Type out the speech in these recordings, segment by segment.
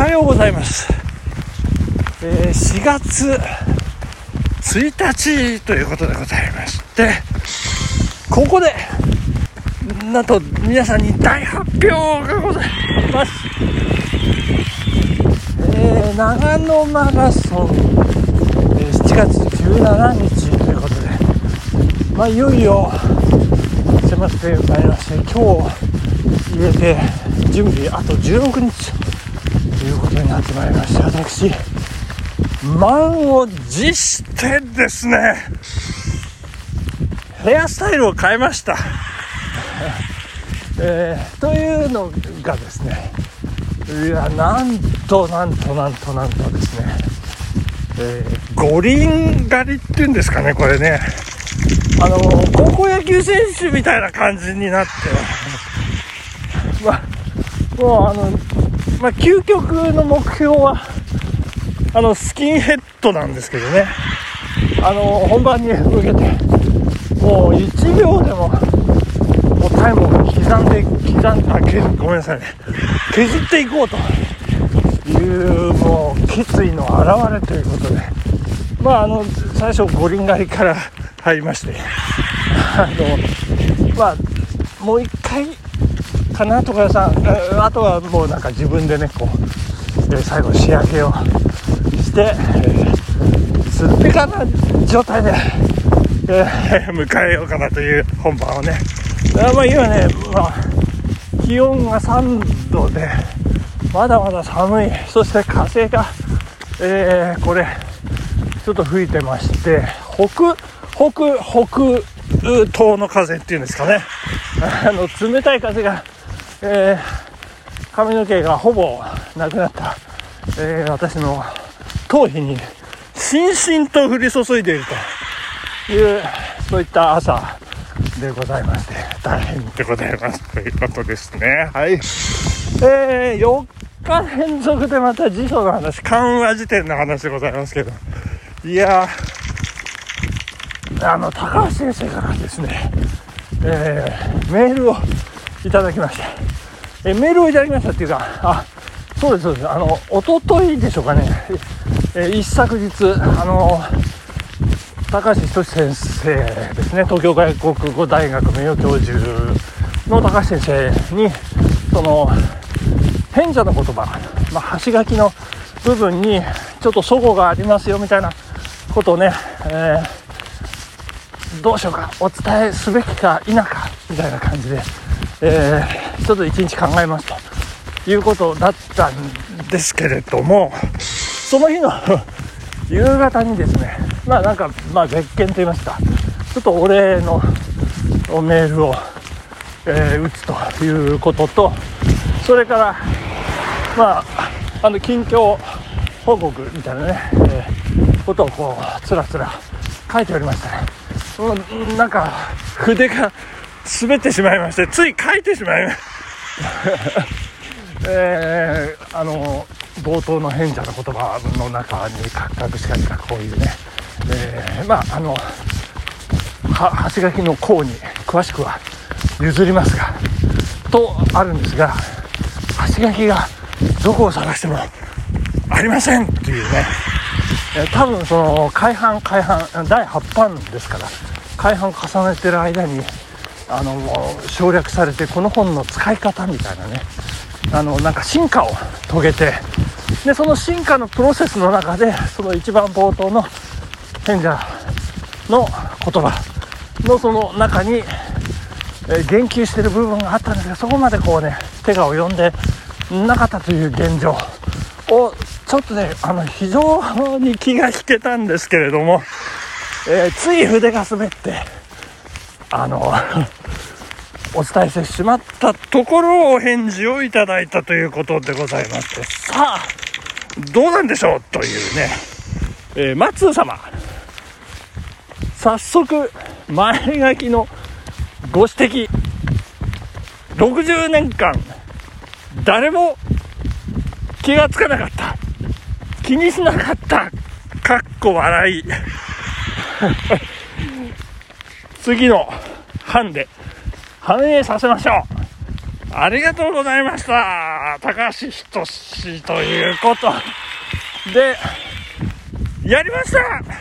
はようございます。4月1日ということでございまして、ここでなんと皆さんに大発表がございます。長野マラソン、7月17日ということで、いよいよ迫ってまいりまして、今日入れて準備あと16日ということになってまいりまして、私満を持してですね、ヘアスタイルを変えました。というのがですね、なんとですね、五輪狩りっていうんですかね、これね、高校野球選手みたいな感じになって、もう究極の目標はスキンヘッドなんですけどね、本番に向けてもう1秒でもタイムをごめんなさいね、削っていこうというもう決意の表れということで、最初五輪狩りから入りまして、もう一回かなとかさ、あとはもう自分でね最後仕上げをして、すっぴかな状態で、迎えようかなという本番をね。今ね、気温が3度でまだまだ寒い。そして風が、これちょっと吹いてまして、北東の風っていうんですかね、冷たい風が、髪の毛がほぼなくなった、私の頭皮にしんしんと降り注いでいるという、そういった朝でございまして、大変でございますということですね。はい。4日連続でまた辞書の話、緩和辞典の話でございますけど、いや高橋先生からですね、メールをいただきまして、メールをいただきましたっていうか、そうです一昨日でしょうかね、一昨日高橋仁先生ですね、東京外国語大学名誉教授の高橋先生に、その変者の言葉、端書きの部分にちょっと齟齬がありますよみたいなことをね、どうしようか、お伝えすべきか否かみたいな感じで、ちょっと一日考えますということだったんですけれども、その日の夕方にですね、別件といいますか、ちょっとお礼のメールを、打つということと、それから近況報告みたいなね、ことをつらつら書いておりましたね。筆が滑ってしまいまして、つい書いてしまいました冒頭の変者の言葉の中に隠し書きがこういうね、端書きの項に詳しくは譲りますがとあるんですが、端書きがどこを探してもありませんっていうね、多分その改版第8版ですから、改版重ねてる間に省略されて、この本の使い方みたいなね、進化を遂げて、でその進化のプロセスの中で、その一番冒頭の変者の言葉のその中に、言及している部分があったんですが、そこまで手が及んでなかったという現状をちょっとね、非常に気が引けたんですけれども、つい筆が滑ってお伝えしてしまったところをお返事をいただいたということでございまして、さあどうなんでしょうというね、マッツー様、早速前書きのご指摘、60年間誰も気がつかなかった、気にしなかった、かっこ笑い次の版で反映させましょありがとうございました。高橋仁ということで、やりました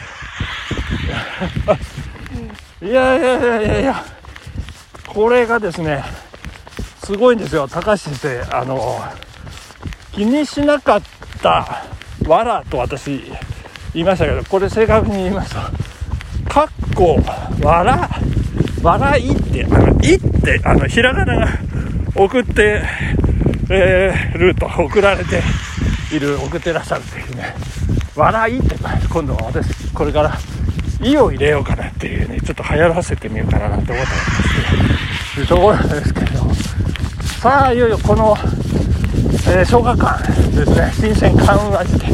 いや、これがですね、すごいんですよ。高橋先生、気にしなかったわらと私言いましたけど、これ正確に言いますと、かっこわらいって、いってひらがなが送って、ルート送られている、送ってらっしゃるっていうね、笑いって今度は私これからいを入れようかなっていうね、ちょっと流行らせてみようかななんて思ってますというところですけれども、さあいよいよこの、小学館ですね、新鮮緩和して、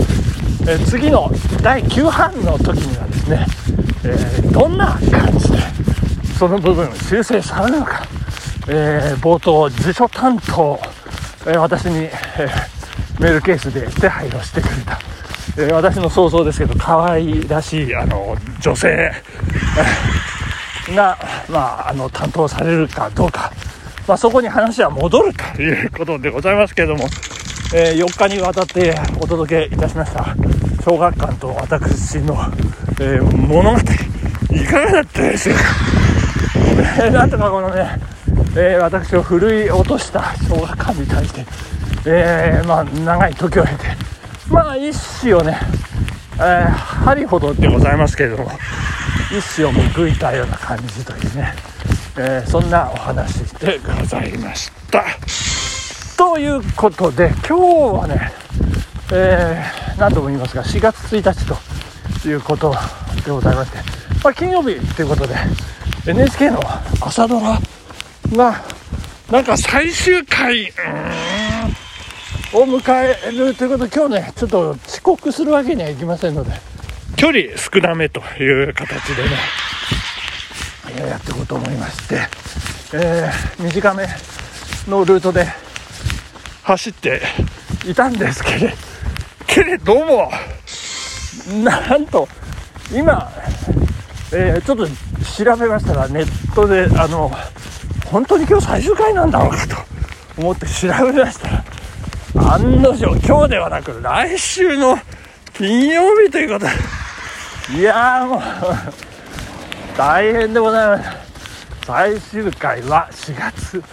次の第9版の時にはですね、どんな感じでその部分修正されるのか、冒頭辞書担当、私に、メールケースで手配をしてくれた、私の想像ですけど可愛らしい女性が、担当されるかどうか、そこに話は戻るということでございますけれども、4日にわたってお届けいたしました小学館と私の、物語いかがだったでしょうか。なんとかこのね、私を奮い落とした小学館に対して、長い時を経て、一子をね、針ほどでございますけれども、一子を報いたような感じというね、そんなお話でございました。ということで、今日はね、何度も言いますが4月1日ということでございまして、金曜日ということで NHK の朝ドラがなんか最終回を迎えるということで、今日ねちょっと遅刻するわけにはいきませんので、距離少なめという形でね、やっていこうと思いまして、短めのルートで走っていたんですけれども、なんと今、ちょっと調べましたら、ネットで本当に今日最終回なんだろうかと思って調べましたら、案の定今日ではなく来週の金曜日ということで、いやーもう大変でございます。最終回は4月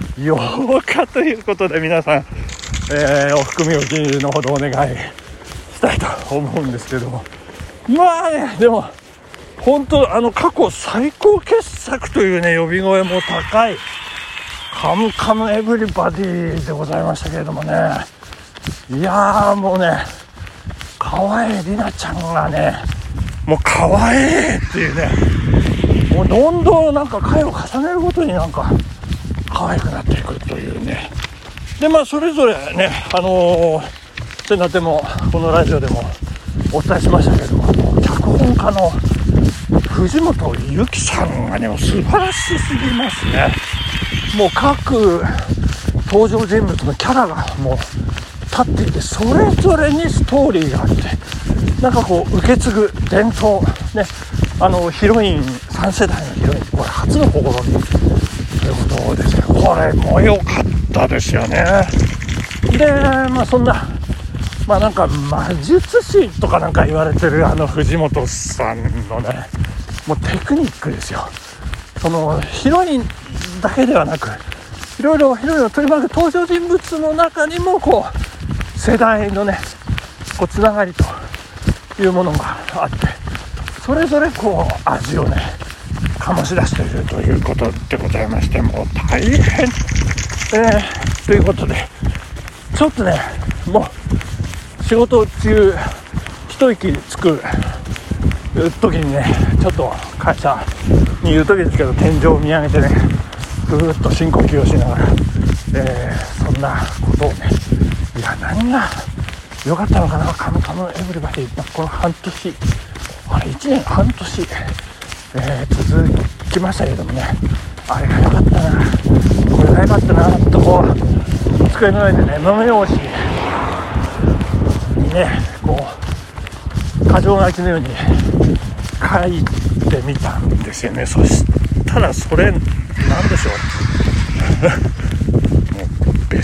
8日ということで、皆さん、お含みお気に入りのほどお願いしたいと思うんですけども、でも本当過去最高傑作というね呼び声も高いカムカムエブリバディでございましたけれどもね、いやーもうね、川栄李奈ちゃんがね、もう川栄っていうね、もうどんどんなんか回を重ねるごとになんか可愛くなっていくというね。でそれぞれね、先だってもこのラジオでもお伝えしましたけれども、脚本家の藤本由紀さんがねもう素晴らしすぎますね。もう各登場人物のキャラがもう立っていて、それぞれにストーリーがあって、なんかこう受け継ぐ伝統ね、ヒロイン3世代のヒロイン、これ初の試みということですね。これも良かったですよね。でそんななんか魔術師とかなんか言われてる藤本さんのね、もうテクニックですよ。そのヒロインだけではなく、いろいろヒロインを取り巻く登場人物の中にもこう世代のねこうつながりというものがあって、それぞれこう味をね醸し出しているということでございまして、もう大変、ということでちょっとね、もう仕事中一息つく時にね、ちょっと会社にいる時ですけど、天井を見上げてね、ふーっと深呼吸をしながら、そんなことをね、いや何が良かったのかな、カムカムエブリバディ、この半年、1年半年、続きましたけどもね、あれが良かったな、これが良かったなとこう机の上でね、豆用紙にねこう箇条書きのように書いてみたんですよね。そしたらそれなんでしょう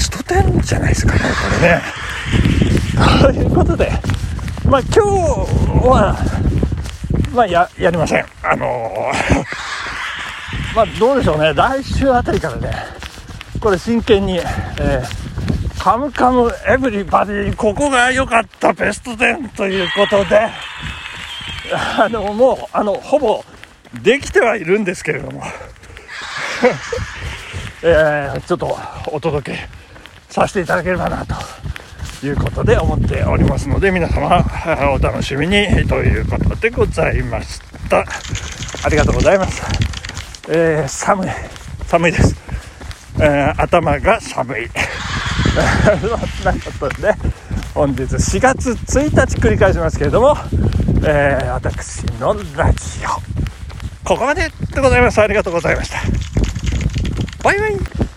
スト10じゃないですかね、これね。ということで、今日は、やりません。どうでしょうね、来週あたりからね、これ真剣に、カムカムエブリバディ、ここが良かったベスト10ということで、もうほぼできてはいるんですけれどもちょっとお届けさせていただければなということで思っておりますので、皆様お楽しみにということでございました。ありがとうございます。寒いです。頭が寒いそんなことで、本日4月1日繰り返しますけれども、私のラジオここまででございます。ありがとうございました。バイバイ。